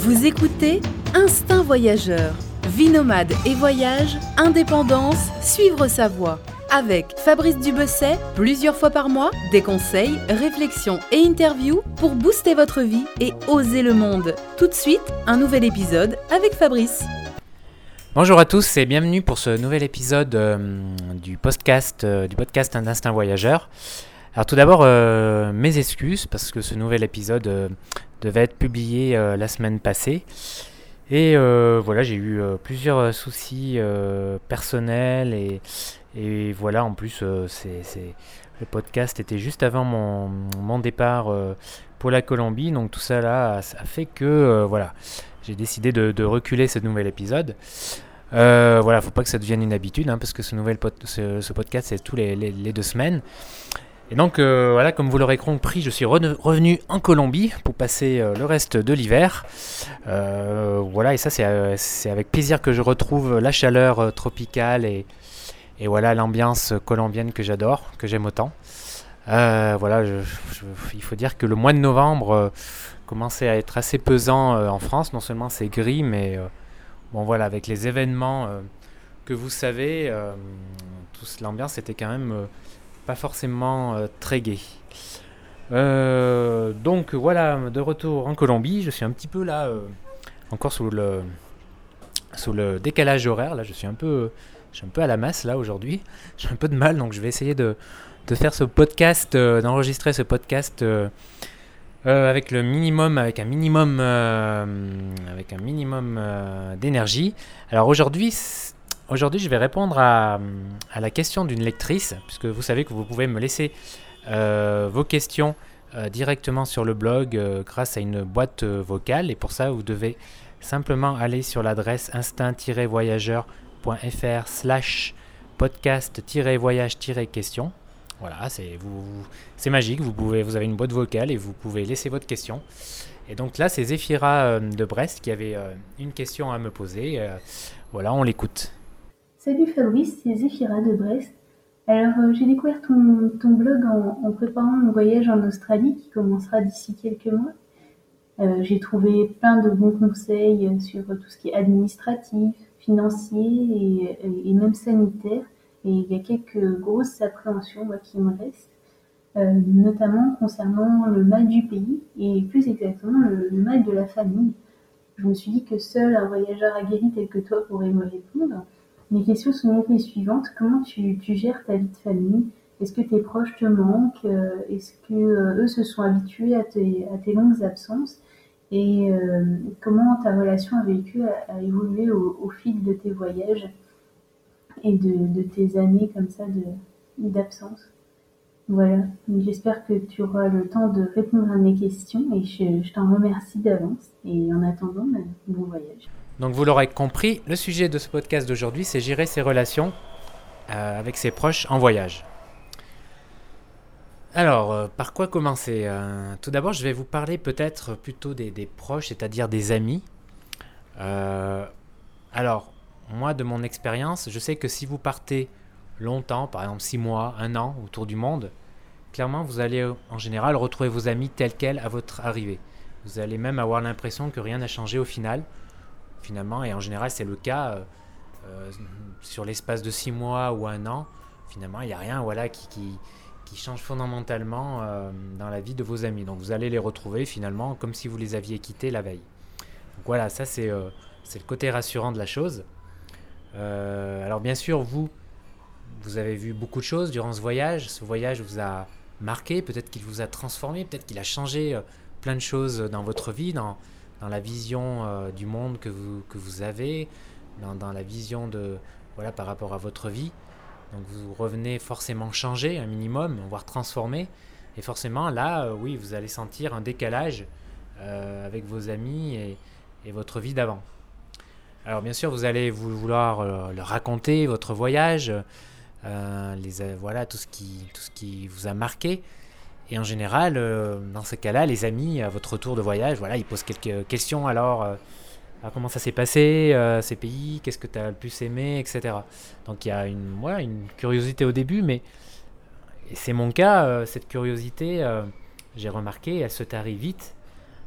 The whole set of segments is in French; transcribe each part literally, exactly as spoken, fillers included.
Vous écoutez Instinct Voyageur. Vie nomade et voyage, indépendance, suivre sa voie. Avec Fabrice Dubesset, plusieurs fois par mois, des conseils, réflexions et interviews pour booster votre vie et oser le monde. Tout de suite, un nouvel épisode avec Fabrice. Bonjour à tous et bienvenue pour ce nouvel épisode euh, du podcast euh, du podcast d'Instinct Voyageur. Alors tout d'abord, euh, mes excuses parce que ce nouvel épisode euh, devait être publié euh, la semaine passée. Et euh, voilà, j'ai eu euh, plusieurs soucis euh, personnels et, et voilà, en plus, euh, c'est, c'est, le podcast était juste avant mon, mon départ euh, pour la Colombie. Donc tout ça là, ça fait que euh, voilà, j'ai décidé de, de reculer ce nouvel épisode. Euh, voilà, faut pas que ça devienne une habitude, hein, parce que ce, nouvel pod- ce, ce podcast, c'est tous les, les, les deux semaines. Et donc euh, voilà, comme vous l'aurez compris, je suis re- revenu en Colombie pour passer euh, le reste de l'hiver. Euh, voilà, et ça c'est, euh, c'est avec plaisir que je retrouve la chaleur euh, tropicale et, et voilà l'ambiance colombienne que j'adore, que j'aime autant. Euh, voilà, je, je, il faut dire que le mois de novembre euh, commençait à être assez pesant euh, en France. Non seulement c'est gris, mais euh, bon voilà, avec les événements euh, que vous savez, euh, toute l'ambiance était quand même euh, pas forcément euh, très gai. Euh, donc voilà, de retour en Colombie, je suis un petit peu là, euh, encore sous le sous le décalage horaire. Là, je suis un peu, je suis un peu à la masse là aujourd'hui. J'ai un peu de mal, donc je vais essayer de de faire ce podcast, euh, d'enregistrer ce podcast euh, euh, avec le minimum, avec un minimum, euh, avec un minimum euh, d'énergie. Alors aujourd'hui. Aujourd'hui, je vais répondre à, à la question d'une lectrice, puisque vous savez que vous pouvez me laisser euh, vos questions euh, directement sur le blog euh, grâce à une boîte euh, vocale. Et pour ça, vous devez simplement aller sur l'adresse instinct-voyageur.fr slash podcast-voyage-question. Voilà, c'est, vous, c'est magique. Vous, pouvez, vous avez une boîte vocale et vous pouvez laisser votre question. Et donc là, c'est Zéphira euh, de Brest qui avait euh, une question à me poser. Euh, voilà, on l'écoute. Salut Fabrice, c'est Zéphira de Brest. Alors euh, j'ai découvert ton, ton blog en, en préparant mon voyage en Australie qui commencera d'ici quelques mois. Euh, j'ai trouvé plein de bons conseils sur tout ce qui est administratif, financier et, et, et même sanitaire. Et il y a quelques grosses appréhensions moi, qui me restent, euh, notamment concernant le mal du pays et plus exactement le, le mal de la famille. Je me suis dit que seul un voyageur aguerri tel que toi pourrait me répondre. Mes questions sont donc les suivantes. Comment tu, tu gères ta vie de famille ? Est-ce que tes proches te manquent ? Est-ce que euh, eux se sont habitués à tes, à tes longues absences ? Et euh, comment ta relation avec eux a, a évolué au, au fil de tes voyages et de, de tes années comme ça de, d'absence ? Voilà. Donc, j'espère que tu auras le temps de répondre à mes questions et je, je t'en remercie d'avance. Et en attendant, ben, bon voyage. Donc vous l'aurez compris, le sujet de ce podcast d'aujourd'hui, c'est gérer ses relations euh, avec ses proches en voyage. Alors, euh, par quoi commencer ? euh, Tout d'abord, je vais vous parler peut-être plutôt des, des proches, c'est-à-dire des amis. Euh, alors, moi, de mon expérience, je sais que si vous partez longtemps, par exemple six mois, un an, autour du monde, clairement, vous allez en général retrouver vos amis tels quels à votre arrivée. Vous allez même avoir l'impression que rien n'a changé au final. Finalement, et en général c'est le cas euh, euh, sur l'espace de six mois ou un an, finalement il n'y a rien voilà, qui, qui, qui change fondamentalement euh, dans la vie de vos amis. Donc vous allez les retrouver finalement comme si vous les aviez quittés la veille. Donc voilà, ça c'est, euh, c'est le côté rassurant de la chose. Euh, alors bien sûr, vous, vous avez vu beaucoup de choses durant ce voyage. Ce voyage vous a marqué, peut-être qu'il vous a transformé, peut-être qu'il a changé euh, plein de choses dans votre vie, dans dans la vision euh, du monde que vous, que vous avez, dans, dans la vision de, voilà, par rapport à votre vie. Donc vous revenez forcément changé, un minimum, voire transformé. Et forcément, là, euh, oui, vous allez sentir un décalage euh, avec vos amis et, et votre vie d'avant. Alors bien sûr, vous allez vous vouloir euh, leur raconter votre voyage, euh, les, euh, voilà, tout ce qui, tout ce qui vous a marqué. Et en général, euh, dans ces cas-là, les amis, à votre retour de voyage, voilà, ils posent quelques questions. Alors, euh, alors comment ça s'est passé, euh, ces pays, qu'est-ce que tu as le plus aimé, et cetera. Donc il y a une, ouais, une curiosité au début, mais et c'est mon cas, euh, cette curiosité, euh, j'ai remarqué, elle se tarit vite.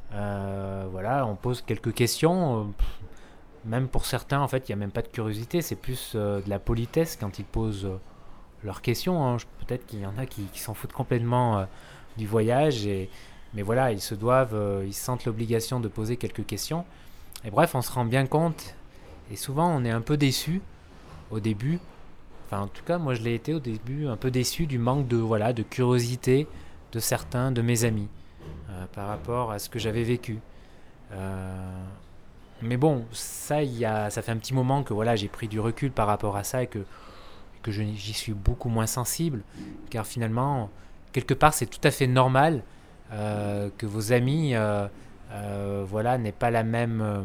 Euh, voilà, on pose quelques questions. euh, pff, Même pour certains, en fait, il n'y a même pas de curiosité, c'est plus euh, de la politesse quand ils posent euh, leurs questions. hein. Je- Peut-être qu'il y en a qui, qui s'en foutent complètement euh, du voyage, et, mais voilà, ils se doivent, euh, ils sentent l'obligation de poser quelques questions. Et bref, on se rend bien compte, et souvent on est un peu déçu au début. Enfin, en tout cas, moi je l'ai été au début, un peu déçu du manque de, voilà, de curiosité de certains de mes amis euh, par rapport à ce que j'avais vécu. Euh, mais bon, ça, il y a, ça fait un petit moment que voilà, j'ai pris du recul par rapport à ça et que, que je- j'y suis beaucoup moins sensible, car finalement, quelque part, c'est tout à fait normal euh, que vos amis, euh, euh, voilà, n'aient pas la même euh,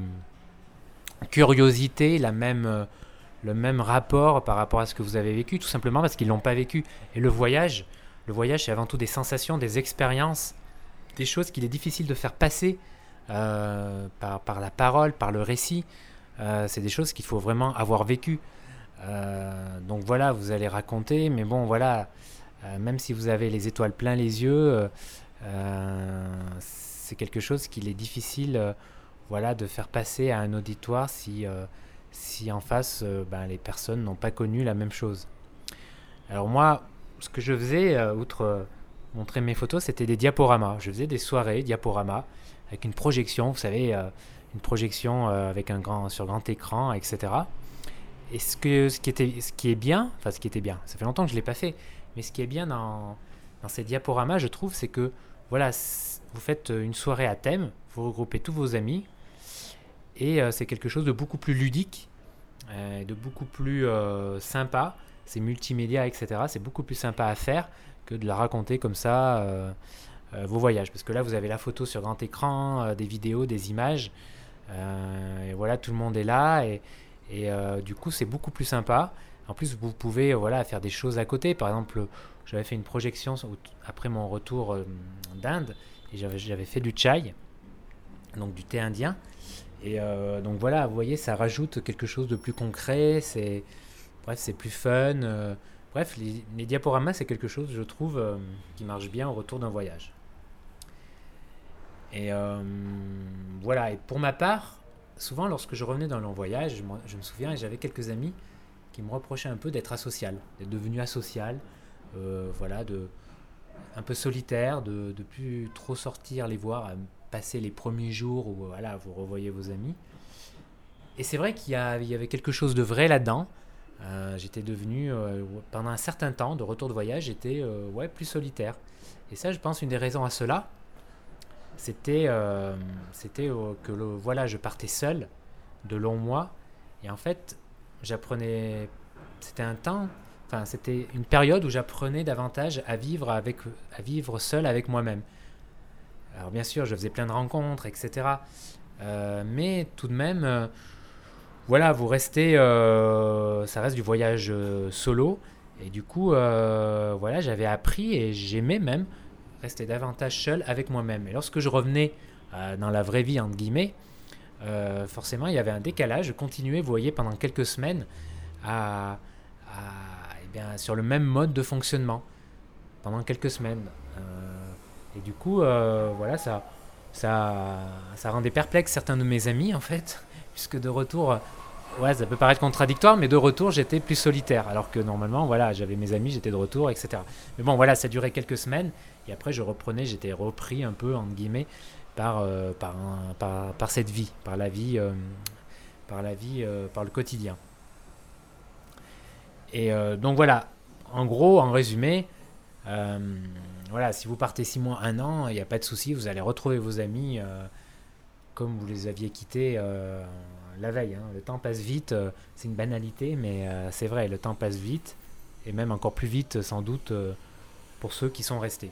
curiosité, la même, euh, le même rapport par rapport à ce que vous avez vécu, tout simplement parce qu'ils l'ont pas vécu. Et le voyage, le voyage, c'est avant tout des sensations, des expériences, des choses qu'il est difficile de faire passer euh, par, par la parole, par le récit. Euh, c'est des choses qu'il faut vraiment avoir vécues. Euh, donc voilà, vous allez raconter, mais bon, voilà, euh, même si vous avez les étoiles plein les yeux, euh, euh, c'est quelque chose qu'il est difficile, euh, voilà, de faire passer à un auditoire si, euh, si en face, euh, ben, les personnes n'ont pas connu la même chose. Alors moi, ce que je faisais, euh, outre euh, montrer mes photos, c'était des diaporamas. Je faisais des soirées diaporamas avec une projection, vous savez, euh, une projection euh, avec un grand, sur grand écran, et cetera. Et ce, que, ce, qui était, ce qui est bien, enfin ce qui était bien, ça fait longtemps que je ne l'ai pas fait, mais ce qui est bien dans, dans ces diaporamas, je trouve, c'est que voilà, vous faites une soirée à thème, vous regroupez tous vos amis, et euh, c'est quelque chose de beaucoup plus ludique, euh, de beaucoup plus euh, sympa. C'est multimédia, et cetera. C'est beaucoup plus sympa à faire que de la raconter comme ça, euh, euh, vos voyages. Parce que là, vous avez la photo sur grand écran, euh, des vidéos, des images. Euh, et voilà, tout le monde est là. Et, et euh, du coup, c'est beaucoup plus sympa. En plus, vous pouvez euh, voilà, faire des choses à côté. Par exemple, j'avais fait une projection après mon retour euh, d'Inde. Et j'avais, j'avais fait du chai, donc du thé indien. Et euh, donc voilà, vous voyez, ça rajoute quelque chose de plus concret. C'est, bref, c'est plus fun. euh, bref, les, les diaporamas, c'est quelque chose, je trouve, euh, qui marche bien au retour d'un voyage. Et euh, voilà, et pour ma part, souvent lorsque je revenais d'un long voyage, je, je me souviens, j'avais quelques amis qui me reprochaient un peu d'être asocial, d'être devenu asocial, euh, voilà, de, un peu solitaire, de ne plus trop sortir les voir, à passer les premiers jours où voilà, vous revoyez vos amis. Et c'est vrai qu'il y, a, il y avait quelque chose de vrai là-dedans. Euh, j'étais devenu, euh, pendant un certain temps, de retour de voyage, j'étais euh, ouais, plus solitaire. Et ça, je pense, une des raisons à cela, c'était, euh, c'était euh, que le, voilà, je partais seul de longs mois. Et en fait, j'apprenais, c'était un temps, enfin, c'était une période où j'apprenais davantage à vivre, avec, à vivre seul avec moi-même. Alors bien sûr, je faisais plein de rencontres, et cetera. Euh, mais tout de même, euh, voilà, vous restez, euh, ça reste du voyage euh, solo. Et du coup, euh, voilà, j'avais appris et j'aimais même rester davantage seul avec moi-même. Et lorsque je revenais euh, dans la vraie vie, entre guillemets, euh, forcément, il y avait un décalage. Je continuais, vous voyez, pendant quelques semaines à, à, eh bien, sur le même mode de fonctionnement. Pendant quelques semaines. Euh, et du coup, euh, voilà, ça, ça, ça rendait perplexe certains de mes amis, en fait, puisque de retour, ouais, ça peut paraître contradictoire, mais de retour, j'étais plus solitaire, alors que normalement, voilà, j'avais mes amis, j'étais de retour, et cetera. Mais bon, voilà, ça durait quelques semaines, et après, je reprenais, j'étais repris un peu, entre guillemets, par, euh, par, un, par, par cette vie, par la vie, euh, par la vie, euh, par le quotidien. Et euh, donc voilà, en gros, en résumé, euh, voilà, si vous partez six mois, un an, il n'y a pas de souci, vous allez retrouver vos amis euh, comme vous les aviez quittés euh, la veille. Hein. Le temps passe vite, euh, c'est une banalité, mais euh, c'est vrai, le temps passe vite, et même encore plus vite sans doute euh, pour ceux qui sont restés.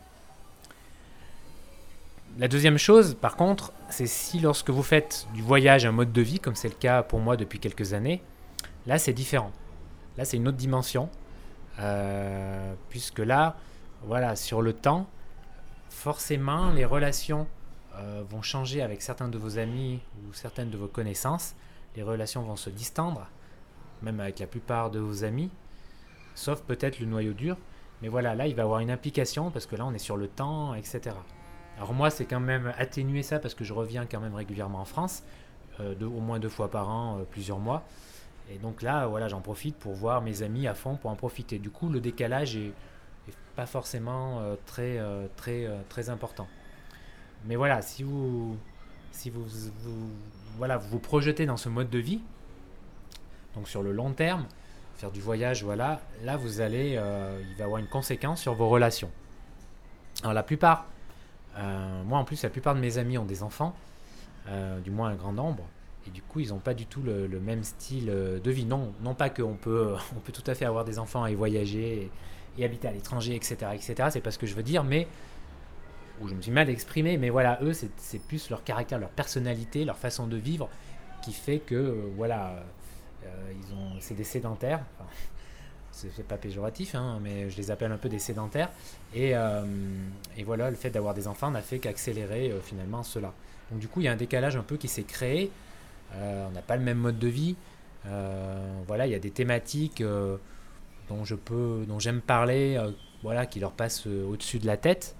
La deuxième chose, par contre, c'est si lorsque vous faites du voyage un mode de vie, comme c'est le cas pour moi depuis quelques années, là c'est différent. Là c'est une autre dimension, euh, puisque là, voilà, sur le temps, forcément, les relations euh, vont changer avec certains de vos amis ou certaines de vos connaissances. Les relations vont se distendre, même avec la plupart de vos amis, sauf peut-être le noyau dur. Mais voilà, là, il va y avoir une implication parce que là, on est sur le temps, et cetera. Alors moi, c'est quand même atténuer ça parce que je reviens quand même régulièrement en France, euh, deux, au moins deux fois par an, euh, plusieurs mois. Et donc là, voilà, j'en profite pour voir mes amis à fond, pour en profiter. Du coup, le décalage est, est pas forcément euh, très, euh, très, euh, très important. Mais voilà, si vous, si vous, vous, voilà, vous vous projetez dans ce mode de vie, donc sur le long terme, faire du voyage, voilà, là vous allez, euh, il va y avoir une conséquence sur vos relations. Alors la plupart, euh, moi en plus, la plupart de mes amis ont des enfants, euh, du moins un grand nombre. Et du coup, ils n'ont pas du tout le, le même style de vie. Non, non pas qu'on peut, on peut tout à fait avoir des enfants et voyager et, et habiter à l'étranger, et cetera, et cetera. C'est pas ce que je veux dire, mais où je me suis mal exprimé. Mais voilà, eux, c'est, c'est plus leur caractère, leur personnalité, leur façon de vivre qui fait que, euh, voilà, euh, ils ont, c'est des sédentaires. Enfin, c'est, c'est pas péjoratif, hein, mais je les appelle un peu des sédentaires. Et, euh, et voilà, le fait d'avoir des enfants n'a fait qu'accélérer euh, finalement cela. Donc du coup, il y a un décalage un peu qui s'est créé. Euh, on n'a pas le même mode de vie. Euh, voilà, il y a des thématiques euh, dont je peux, dont j'aime parler, euh, voilà, qui leur passent euh, au-dessus de la tête.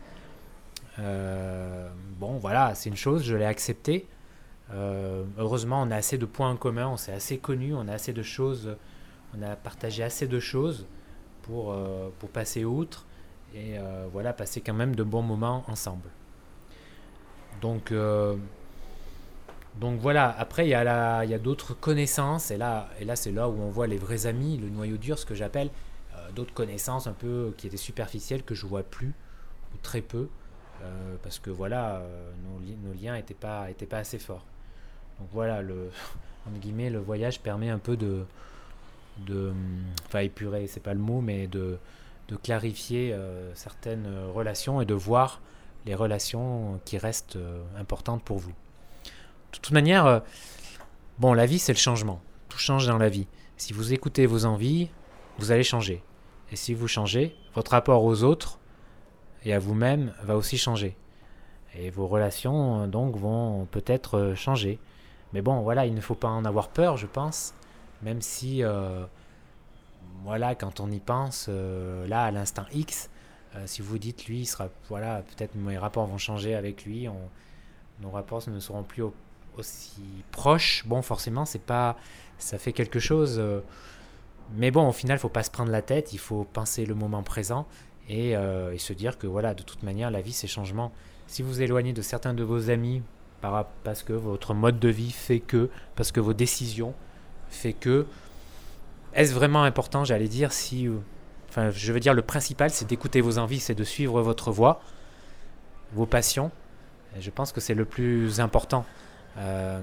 Euh, bon, voilà, c'est une chose, je l'ai accepté. Euh, heureusement, on a assez de points en commun, on s'est assez connus, on a assez de choses, on a partagé assez de choses pour euh, pour passer outre et euh, voilà, passer quand même de bons moments ensemble. Donc euh, Donc voilà, après il y a, la, il y a d'autres connaissances, et là, et là c'est là où on voit les vrais amis, le noyau dur, ce que j'appelle, euh, d'autres connaissances un peu qui étaient superficielles, que je vois plus, ou très peu, euh, parce que voilà, euh, nos, li- nos liens n'étaient pas, étaient pas assez forts. Donc voilà, le, entre guillemets, le voyage permet un peu de, de enfin épurer, c'est pas le mot, mais de, de clarifier euh, certaines relations et de voir les relations qui restent euh, importantes pour vous. De toute manière, euh, bon, la vie, c'est le changement. Tout change dans la vie. Si vous écoutez vos envies, vous allez changer. Et si vous changez, votre rapport aux autres et à vous-même va aussi changer. Et vos relations, euh, donc, vont peut-être euh, changer. Mais bon, voilà, il ne faut pas en avoir peur, je pense. Même si, euh, voilà, quand on y pense, euh, là, à l'instant X, euh, si vous dites, lui, il sera, voilà, peut-être mes rapports vont changer avec lui, on, nos rapports ne seront plus au aussi proche, bon forcément c'est pas, ça fait quelque chose, euh, mais bon au final il faut pas se prendre la tête, il faut penser le moment présent et, euh, et se dire que voilà, de toute manière la vie c'est changement. Si vous vous éloignez de certains de vos amis par, parce que votre mode de vie fait que, parce que vos décisions fait que, est-ce vraiment important, j'allais dire, si, euh, enfin je veux dire le principal c'est d'écouter vos envies, c'est de suivre votre voie, vos passions, et je pense que c'est le plus important. Euh,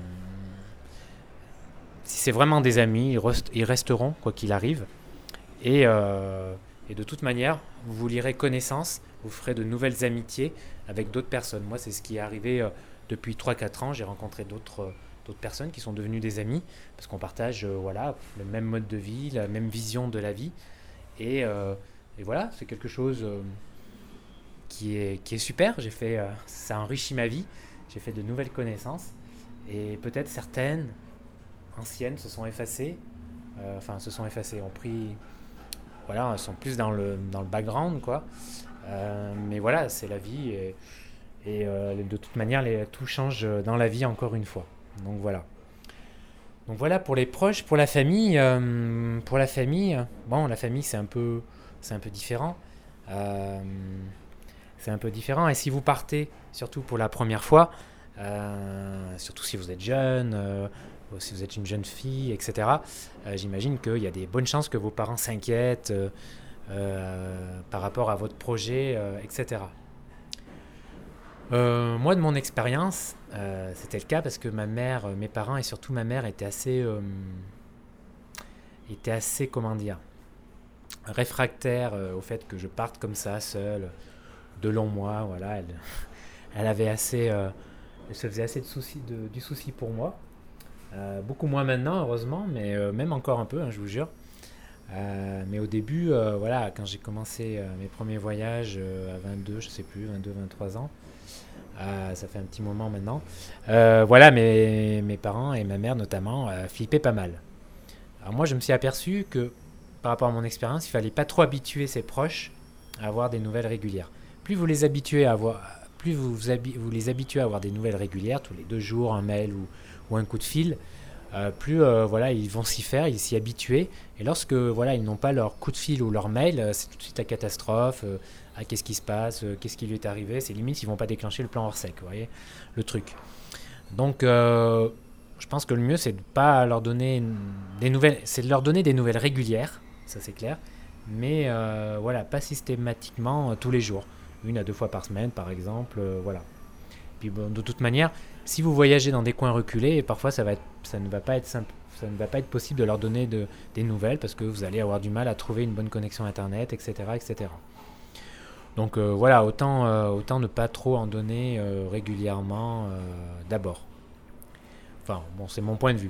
si c'est vraiment des amis, ils, rest, ils resteront quoi qu'il arrive. Et, euh, et de toute manière, vous vous lierez connaissance, vous ferez de nouvelles amitiés avec d'autres personnes. Moi, c'est ce qui est arrivé euh, depuis trois quatre ans. J'ai rencontré d'autres, euh, d'autres personnes qui sont devenues des amis parce qu'on partage euh, voilà, le même mode de vie, la même vision de la vie. Et, euh, et voilà, c'est quelque chose euh, qui, est, qui est super. J'ai fait, euh, ça enrichit ma vie. J'ai fait de nouvelles connaissances et peut-être certaines anciennes se sont effacées, euh, enfin se sont effacées, ont pris, voilà, elles sont plus dans le, dans le background quoi. Euh, mais voilà, c'est la vie et, et euh, de toute manière les, tout change dans la vie encore une fois. Donc voilà. Donc voilà pour les proches, pour la famille, euh, pour la famille, bon la famille c'est un peu, c'est un peu différent. Euh, C'est un peu différent. Et si vous partez, surtout pour la première fois, euh, surtout si vous êtes jeune, euh, ou si vous êtes une jeune fille, et cetera, euh, j'imagine qu'il y a des bonnes chances que vos parents s'inquiètent euh, euh, par rapport à votre projet, euh, et cetera. Euh, moi, de mon expérience, euh, c'était le cas parce que ma mère, mes parents et surtout ma mère étaient assez, euh, étaient assez, comment dire, réfractaires euh, au fait que je parte comme ça, seule, de longs mois, voilà, elle, elle avait assez, euh, elle se faisait assez de soucis, de, du souci pour moi, euh, beaucoup moins maintenant heureusement, mais euh, même encore un peu, hein, je vous jure. Euh, mais au début, euh, voilà, quand j'ai commencé euh, mes premiers voyages euh, à vingt-deux, je sais plus, vingt-deux, vingt-trois ans, euh, ça fait un petit moment maintenant. Euh, voilà, mes, mes parents et ma mère notamment euh, flippaient pas mal. Alors moi, je me suis aperçu que par rapport à mon expérience, il fallait pas trop habituer ses proches à avoir des nouvelles régulières. Plus vous les habituez à avoir, plus vous, vous, habi- vous les habituez à avoir des nouvelles régulières, tous les deux jours, un mail ou, ou un coup de fil, euh, plus euh, voilà, ils vont s'y faire, ils s'y habituer. Et lorsque voilà, ils n'ont pas leur coup de fil ou leur mail, euh, c'est tout de suite la catastrophe. Euh, ah, qu'est-ce qui se passe, euh, qu'est-ce qui lui est arrivé, c'est limite, ils vont pas déclencher le plan hors sec, vous voyez, le truc. Donc, euh, je pense que le mieux, c'est de pas leur donner une- des nouvelles, c'est de leur donner des nouvelles régulières, ça c'est clair, mais euh, voilà, pas systématiquement euh, tous les jours, une à deux fois par semaine, par exemple, euh, voilà. Puis bon, de toute manière, si vous voyagez dans des coins reculés, parfois ça va être, ça ne va pas être simple, ça ne va pas être possible de leur donner de, des nouvelles parce que vous allez avoir du mal à trouver une bonne connexion internet, et cetera, et cetera. Donc euh, voilà, autant, euh, autant ne pas trop en donner euh, régulièrement euh, d'abord. Enfin, bon, c'est mon point de vue.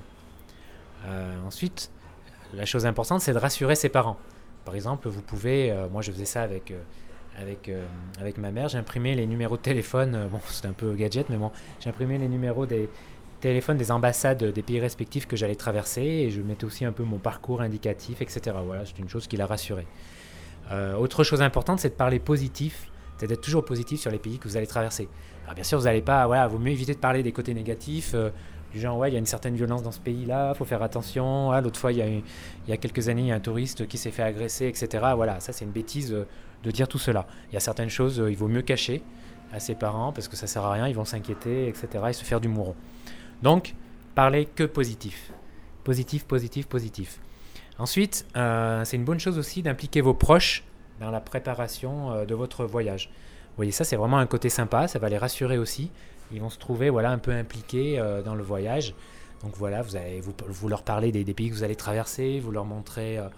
Euh, ensuite, la chose importante, c'est de rassurer ses parents. Par exemple, vous pouvez, euh, moi je faisais ça avec, euh, avec, euh, avec ma mère, j'imprimais les numéros de téléphone, euh, bon c'est un peu gadget, mais bon, j'imprimais les numéros des téléphones des ambassades des pays respectifs que j'allais traverser et je mettais aussi un peu mon parcours indicatif, et cetera. Voilà, c'est une chose qui l'a rassuré. Euh, autre chose importante, c'est de parler positif, c'est d'être toujours positif sur les pays que vous allez traverser. Alors bien sûr, vous n'allez pas, voilà, vaut mieux éviter de parler des côtés négatifs, euh, du genre, ouais, il y a une certaine violence dans ce pays-là, il faut faire attention. Ah, l'autre fois, il y, a eu, il y a quelques années, il y a un touriste qui s'est fait agresser, et cetera. Voilà, ça, c'est une bêtise euh, de dire tout cela. Il y a certaines choses, euh, il vaut mieux cacher à ses parents parce que ça ne sert à rien, ils vont s'inquiéter, et cetera et se faire du mouron. Donc, parlez que positif. Positif, positif, positif. Ensuite, euh, c'est une bonne chose aussi d'impliquer vos proches dans la préparation euh, de votre voyage. Vous voyez, ça, c'est vraiment un côté sympa, ça va les rassurer aussi. Ils vont se trouver voilà, un peu impliqués euh, dans le voyage. Donc voilà, vous, allez, vous, vous leur parlez des, des pays que vous allez traverser, vous leur montrez euh,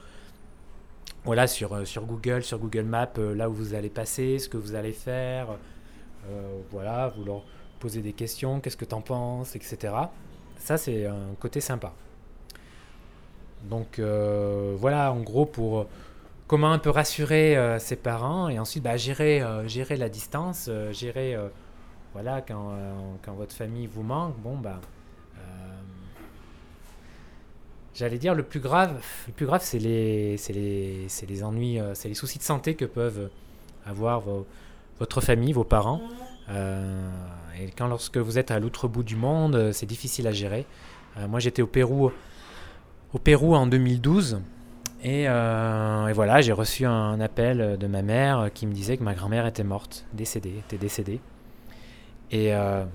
voilà, sur, euh, sur Google, sur Google Maps, euh, là où vous allez passer, ce que vous allez faire. Euh, voilà, vous leur posez des questions, qu'est-ce que tu en penses, et cetera. Ça, c'est un côté sympa. Donc euh, voilà, en gros, pour euh, comment un peu rassurer euh, ses parents et ensuite bah, gérer, euh, gérer la distance, euh, gérer... Euh, Voilà, quand, euh, quand votre famille vous manque, bon, bah, euh, j'allais dire, le plus grave, le plus grave c'est les, c'est les, c'est les ennuis, euh, c'est les soucis de santé que peuvent avoir vos, votre famille, vos parents. Euh, et quand, lorsque vous êtes à l'autre bout du monde, c'est difficile à gérer. Euh, moi, j'étais au Pérou, au Pérou en deux mille douze. Et, euh, et voilà, j'ai reçu un appel de ma mère qui me disait que ma grand-mère était morte, décédée, était décédée. Et, euh,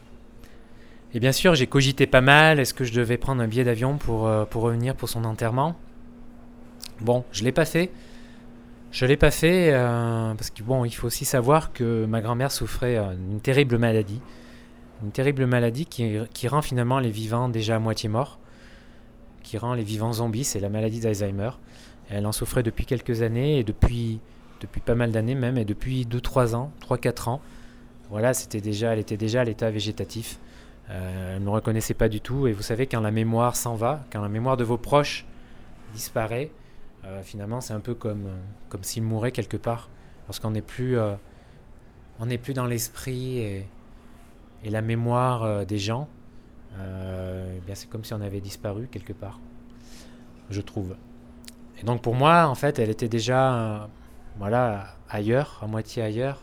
et bien sûr, j'ai cogité pas mal. Est-ce que je devais prendre un billet d'avion pour, euh, pour revenir pour son enterrement ? Bon, je ne l'ai pas fait. Je ne l'ai pas fait euh, parce que bon, il faut aussi savoir que ma grand-mère souffrait euh, d'une terrible maladie. Une terrible maladie qui, qui rend finalement les vivants déjà à moitié morts. Qui rend les vivants zombies, c'est la maladie d'Alzheimer. Elle en souffrait depuis quelques années et depuis, depuis pas mal d'années même, et depuis deux trois ans, trois quatre ans. Voilà, c'était déjà, elle était déjà à l'état végétatif. Euh, elle ne me reconnaissait pas du tout. Et vous savez, quand la mémoire s'en va, quand la mémoire de vos proches disparaît, euh, finalement, c'est un peu comme, comme s'ils mouraient quelque part. Lorsqu'on n'est plus, euh, on n'est plus dans l'esprit et, et la mémoire euh, des gens, euh, eh bien, c'est comme si on avait disparu quelque part, je trouve. Et donc pour moi, en fait, elle était déjà euh, voilà, ailleurs, à moitié ailleurs.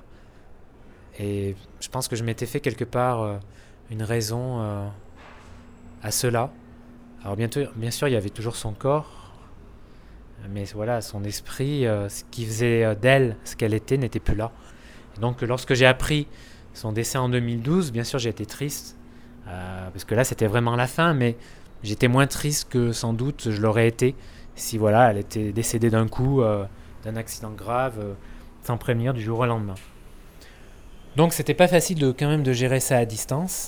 Et je pense que je m'étais fait quelque part euh, une raison euh, à cela. Alors bientôt, bien sûr, il y avait toujours son corps, mais voilà, son esprit, euh, ce qui faisait d'elle ce qu'elle était, n'était plus là. Et donc lorsque j'ai appris son décès en deux mille douze, bien sûr, j'ai été triste, euh, parce que là, c'était vraiment la fin, mais j'étais moins triste que sans doute je l'aurais été si voilà, elle était décédée d'un coup, euh, d'un accident grave, euh, sans prévenir du jour au lendemain. Donc c'était pas facile de, quand même de gérer ça à distance.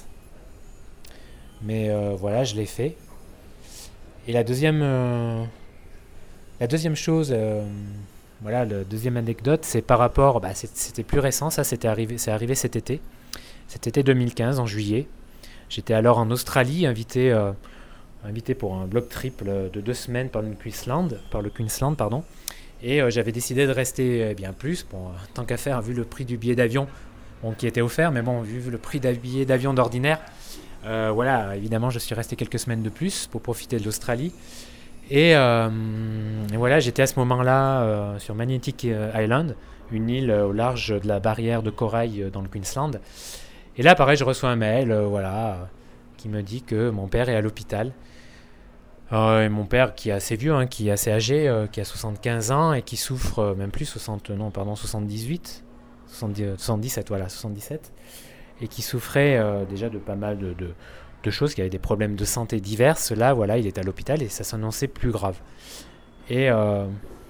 Mais euh, voilà, je l'ai fait. Et la deuxième, euh, la deuxième chose, euh, voilà, la deuxième anecdote, c'est par rapport, bah, c'est, c'était plus récent, ça c'était arrivé, c'est arrivé cet été. Cet été deux mille quinze, en juillet. J'étais alors en Australie, invité, euh, invité pour un bloc triple de deux semaines par le Queensland, par le Queensland, pardon. Et euh, j'avais décidé de rester eh bien plus, bon, tant qu'à faire, vu le prix du billet d'avion, bon, qui était offert, mais bon, vu le prix d'un billet d'avion d'ordinaire, euh, voilà, évidemment, je suis resté quelques semaines de plus pour profiter de l'Australie. Et, euh, et voilà, j'étais à ce moment-là euh, sur Magnetic Island, une île au large de la barrière de corail dans le Queensland. Et là, pareil, je reçois un mail, euh, voilà, euh, qui me dit que mon père est à l'hôpital. Euh, et mon père, qui est assez vieux, hein, qui est assez âgé, euh, qui a soixante-quinze ans et qui souffre, euh, même plus, soixante, non, pardon, soixante-dix-huit, soixante-dix, soixante-dix-sept, voilà, soixante-dix-sept, et qui souffrait euh, déjà de pas mal de, de, de choses, qui avait des problèmes de santé diverses. Là, voilà, il est à l'hôpital et ça s'annonçait plus grave. Et euh,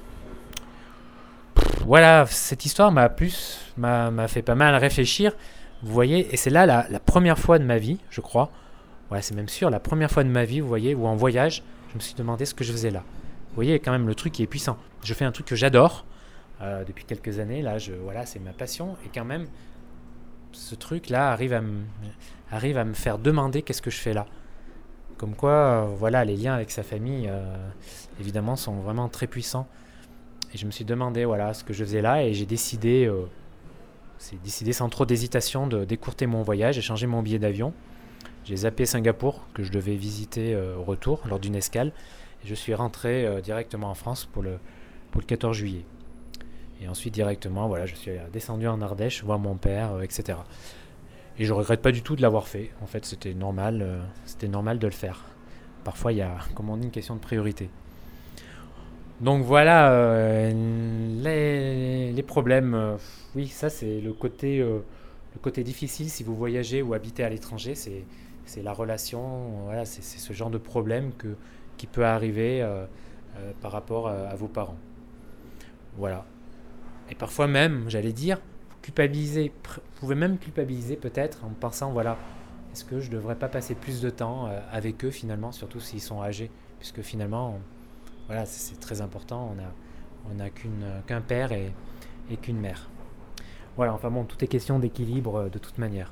voilà, cette histoire m'a plus, m'a, m'a fait pas mal réfléchir. Vous voyez, et c'est là la, la première fois de ma vie, je crois, ouais, c'est même sûr, la première fois de ma vie, vous voyez, où en voyage, je me suis demandé ce que je faisais là. Vous voyez, quand même, le truc qui est puissant. Je fais un truc que j'adore euh, depuis quelques années, là, je, voilà, c'est ma passion, et quand même, ce truc-là arrive à me, arrive à me faire demander qu'est-ce que je fais là. Comme quoi, euh, voilà, les liens avec sa famille, euh, évidemment, sont vraiment très puissants. Et je me suis demandé, voilà, ce que je faisais là, et j'ai décidé... Euh, C'est décidé sans trop d'hésitation de d'écourter mon voyage et changer mon billet d'avion. J'ai zappé Singapour, que je devais visiter euh, au retour, lors d'une escale. Et je suis rentré euh, directement en France pour le, pour le quatorze juillet. Et ensuite, directement, voilà, je suis descendu en Ardèche, voir mon père, euh, et cetera. Et je ne regrette pas du tout de l'avoir fait. En fait, c'était normal, euh, c'était normal de le faire. Parfois, il y a, comme on dit, une question de priorité. Donc voilà, euh, les, les problèmes, euh, oui, ça c'est le côté, euh, le côté difficile si vous voyagez ou habitez à l'étranger, c'est, c'est la relation, voilà, c'est, c'est ce genre de problème que, qui peut arriver euh, euh, par rapport à, à vos parents. Voilà. Et parfois même, j'allais dire, vous culpabilisez, vous pouvez même culpabiliser peut-être en pensant, voilà, est-ce que je ne devrais pas passer plus de temps euh, avec eux finalement, surtout s'ils sont âgés, puisque finalement... On, Voilà, c'est, c'est très important, on n'a on a qu'une, qu'un père et, et qu'une mère. Voilà, enfin bon, tout est question d'équilibre de toute manière.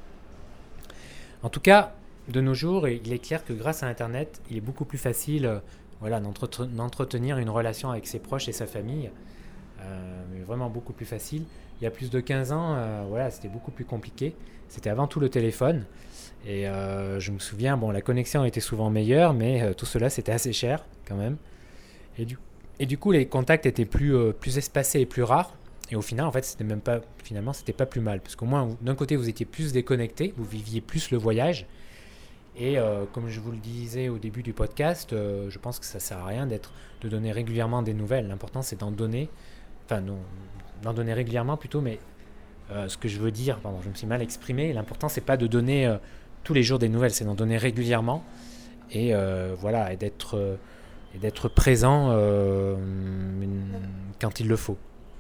En tout cas, de nos jours, il est clair que grâce à Internet, il est beaucoup plus facile euh, voilà, d'entre- d'entretenir une relation avec ses proches et sa famille. Euh, mais vraiment beaucoup plus facile. Il y a plus de quinze ans, euh, voilà, c'était beaucoup plus compliqué. C'était avant tout le téléphone. Et euh, je me souviens, bon, la connexion était souvent meilleure, mais euh, tout cela, c'était assez cher quand même. Et du, et du coup, les contacts étaient plus, euh, plus espacés et plus rares. Et au final, en fait, c'était même pas, finalement, c'était pas plus mal. Parce qu'au moins, d'un côté, vous étiez plus déconnecté, vous viviez plus le voyage. Et euh, comme je vous le disais au début du podcast, euh, je pense que ça sert à rien d'être, de donner régulièrement des nouvelles. L'important, c'est d'en donner, enfin, non, d'en donner régulièrement plutôt, mais euh, ce que je veux dire, pardon, je me suis mal exprimé. L'important, c'est pas de donner euh, tous les jours des nouvelles, c'est d'en donner régulièrement. Et euh, voilà, et d'être... Euh, et d'être présent euh, quand il le faut.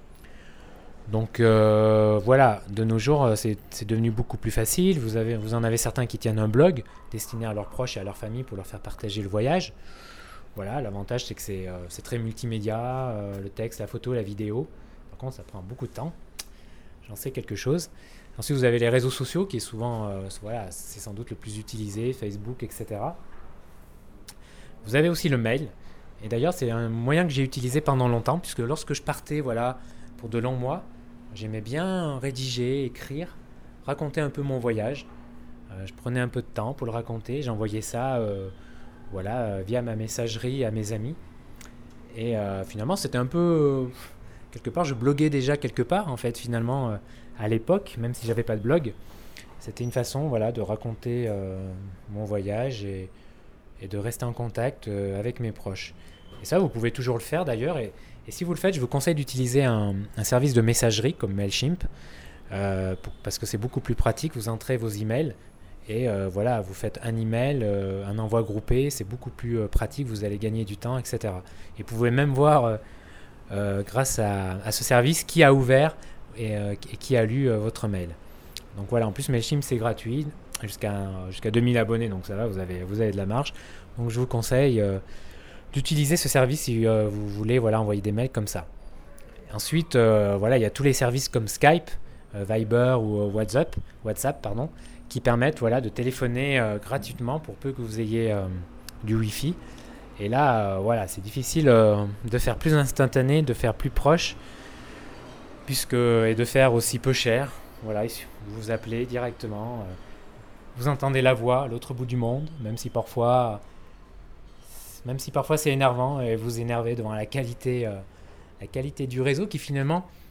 Donc euh, voilà, de nos jours, c'est, c'est devenu beaucoup plus facile. Vous, avez, vous en avez certains qui tiennent un blog destiné à leurs proches et à leur famille pour leur faire partager le voyage. Voilà, l'avantage c'est que c'est, euh, c'est très multimédia, euh, le texte, la photo, la vidéo. Par contre, ça prend beaucoup de temps. J'en sais quelque chose. Ensuite, vous avez les réseaux sociaux qui est souvent, euh, voilà, c'est sans doute le plus utilisé, Facebook, et cetera. Vous avez aussi le mail. Et d'ailleurs, c'est un moyen que j'ai utilisé pendant longtemps, puisque lorsque je partais voilà, pour de longs mois, j'aimais bien rédiger, écrire, raconter un peu mon voyage. Euh, je prenais un peu de temps pour le raconter. J'envoyais ça euh, voilà, euh, via ma messagerie à mes amis. Et euh, finalement, c'était un peu... Euh, quelque part, je bloguais déjà quelque part, en fait, finalement, euh, à l'époque, même si j'avais pas de blog. C'était une façon voilà, de raconter euh, mon voyage et... et de rester en contact euh, avec mes proches. Et ça, vous pouvez toujours le faire d'ailleurs. Et, et si vous le faites, je vous conseille d'utiliser un, un service de messagerie comme Mailchimp, euh, pour, parce que c'est beaucoup plus pratique. Vous entrez vos emails et euh, voilà, vous faites un email, euh, un envoi groupé. C'est beaucoup plus euh, pratique. Vous allez gagner du temps, et cetera. Et vous pouvez même voir, euh, euh, grâce à, à ce service, qui a ouvert et, euh, et qui a lu euh, votre mail. Donc voilà, en plus Mailchimp c'est gratuit. Jusqu'à, jusqu'à deux mille abonnés, donc ça va, vous avez, vous avez de la marge. Donc je vous conseille euh, d'utiliser ce service si euh, vous voulez voilà, envoyer des mails comme ça. Ensuite, euh, voilà, il y a tous les services comme Skype, euh, Viber ou euh, WhatsApp, WhatsApp pardon, qui permettent voilà, de téléphoner euh, gratuitement pour peu que vous ayez euh, du Wi-Fi. Et là, euh, voilà, c'est difficile euh, de faire plus instantané, de faire plus proche, puisque, et de faire aussi peu cher. Voilà, vous vous appelez directement. Euh, Vous entendez la voix à l'autre bout du monde, même si parfois, même si parfois c'est énervant et vous énervez devant la qualité, euh, la qualité du réseau qui finalement,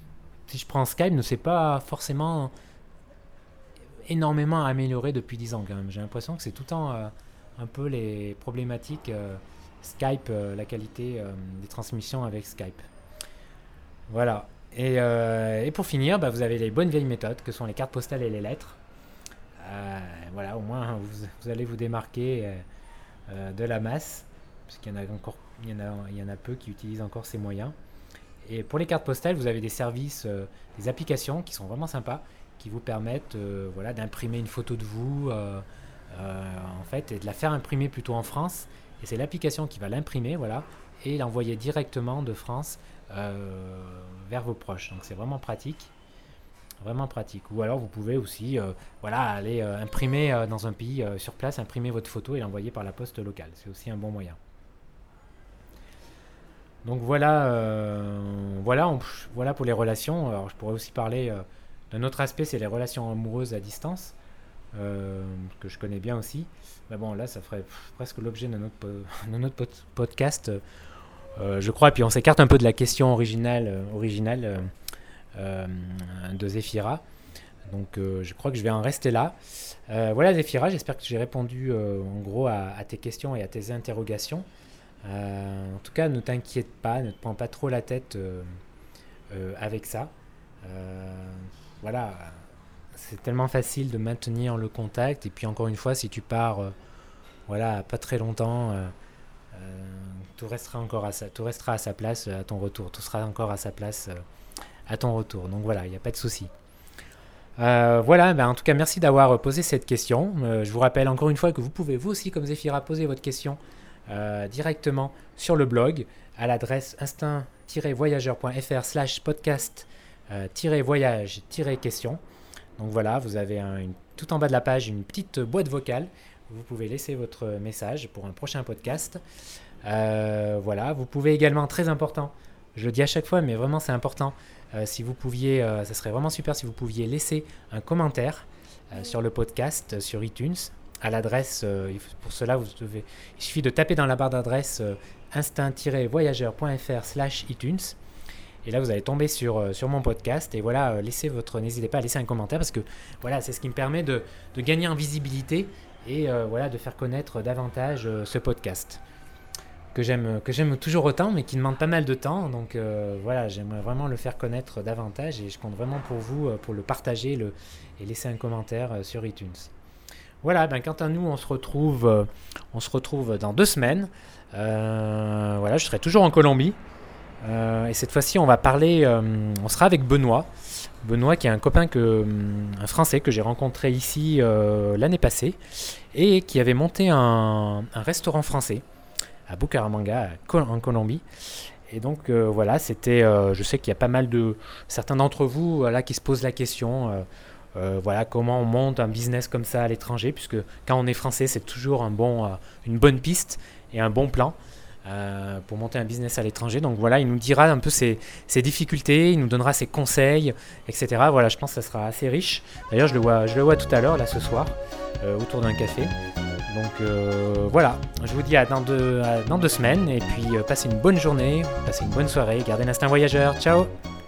si je prends Skype, ne s'est pas forcément énormément amélioré depuis dix ans quand même. J'ai l'impression que c'est tout le temps euh, un peu les problématiques euh, Skype, euh, la qualité euh, des transmissions avec Skype. Voilà. Et, euh, et pour finir, bah, vous avez les bonnes vieilles méthodes que sont les cartes postales et les lettres. Euh, voilà, au moins vous, vous allez vous démarquer euh, euh, de la masse, parce qu'il y en a encore, il y en a, il y en a peu qui utilisent encore ces moyens. Et pour les cartes postales, vous avez des services, euh, des applications qui sont vraiment sympas, qui vous permettent euh, voilà, d'imprimer une photo de vous, euh, euh, en fait, et de la faire imprimer plutôt en France. Et c'est l'application qui va l'imprimer, voilà, et l'envoyer directement de France euh, vers vos proches. Donc c'est vraiment pratique, vraiment pratique. Ou alors vous pouvez aussi, euh, voilà, aller euh, imprimer euh, dans un pays euh, sur place, imprimer votre photo et l'envoyer par la poste locale. C'est aussi un bon moyen. Donc voilà, euh, voilà, on, voilà pour les relations. Alors je pourrais aussi parler euh, d'un autre aspect, c'est les relations amoureuses à distance, euh, que je connais bien aussi. Mais bon, là, ça ferait pff, presque l'objet de notre, de notre pod- podcast, euh, je crois. Et puis on s'écarte un peu de la question originale, euh, originale euh, euh, de Zéphira. Donc euh, je crois que je vais en rester là. Euh, voilà Zéphira, j'espère que j'ai répondu euh, en gros à, à tes questions et à tes interrogations. Euh, en tout cas, ne t'inquiète pas, ne te prends pas trop la tête euh, euh, avec ça. Euh, voilà, c'est tellement facile de maintenir le contact. Et puis encore une fois, si tu pars, euh, voilà, pas très longtemps, euh, euh, tout restera encore à sa, tout restera à sa place à ton retour. Tout sera encore à sa place euh, à ton retour. Donc voilà, il n'y a pas de souci. Euh, voilà, ben en tout cas, merci d'avoir posé cette question. Euh, je vous rappelle encore une fois que vous pouvez, vous aussi, comme Zéphira, poser votre question Euh, directement sur le blog à l'adresse instinct-voyageur.fr slash podcast euh, voyage question. Donc voilà, vous avez un, une, tout en bas de la page une petite boîte vocale où vous pouvez laisser votre message pour un prochain podcast. Euh, voilà, vous pouvez également, très important, je le dis à chaque fois mais vraiment c'est important, euh, si vous pouviez, euh, ça serait vraiment super si vous pouviez laisser un commentaire euh, sur le podcast euh, sur iTunes. À l'adresse, euh, pour cela, vous devez, il suffit de taper dans la barre d'adresse euh, instinct-voyageur.fr slash iTunes. Et là, vous allez tomber sur, euh, sur mon podcast. Et voilà, euh, laissez votre, n'hésitez pas à laisser un commentaire parce que voilà, c'est ce qui me permet de, de gagner en visibilité et euh, voilà, de faire connaître davantage euh, ce podcast que j'aime, que j'aime toujours autant, mais qui demande pas mal de temps. Donc euh, voilà, j'aimerais vraiment le faire connaître davantage et je compte vraiment pour vous, euh, pour le partager le, et laisser un commentaire euh, sur iTunes. Voilà, ben quant à nous, on se retrouve, euh, on se retrouve dans deux semaines. Euh, voilà, je serai toujours en Colombie. Euh, et cette fois-ci, on va parler, euh, on sera avec Benoît. Benoît qui est un copain, que, un Français que j'ai rencontré ici euh, l'année passée et qui avait monté un, un restaurant français à Bucaramanga, en Colombie. Et donc euh, voilà, c'était, euh, je sais qu'il y a pas mal de, certains d'entre vous là qui se posent la question. Euh, Euh, voilà comment on monte un business comme ça à l'étranger, puisque quand on est français c'est toujours un bon, euh, une bonne piste et un bon plan euh, pour monter un business à l'étranger. Donc voilà, il nous dira un peu ses, ses difficultés, il nous donnera ses conseils, et cetera. Voilà, je pense que ça sera assez riche. D'ailleurs je le vois, je le vois tout à l'heure là ce soir euh, autour d'un café. Donc euh, voilà, je vous dis à dans deux, à dans deux semaines et puis euh, passez une bonne journée, passez une bonne soirée, gardez l'instinct voyageur, ciao.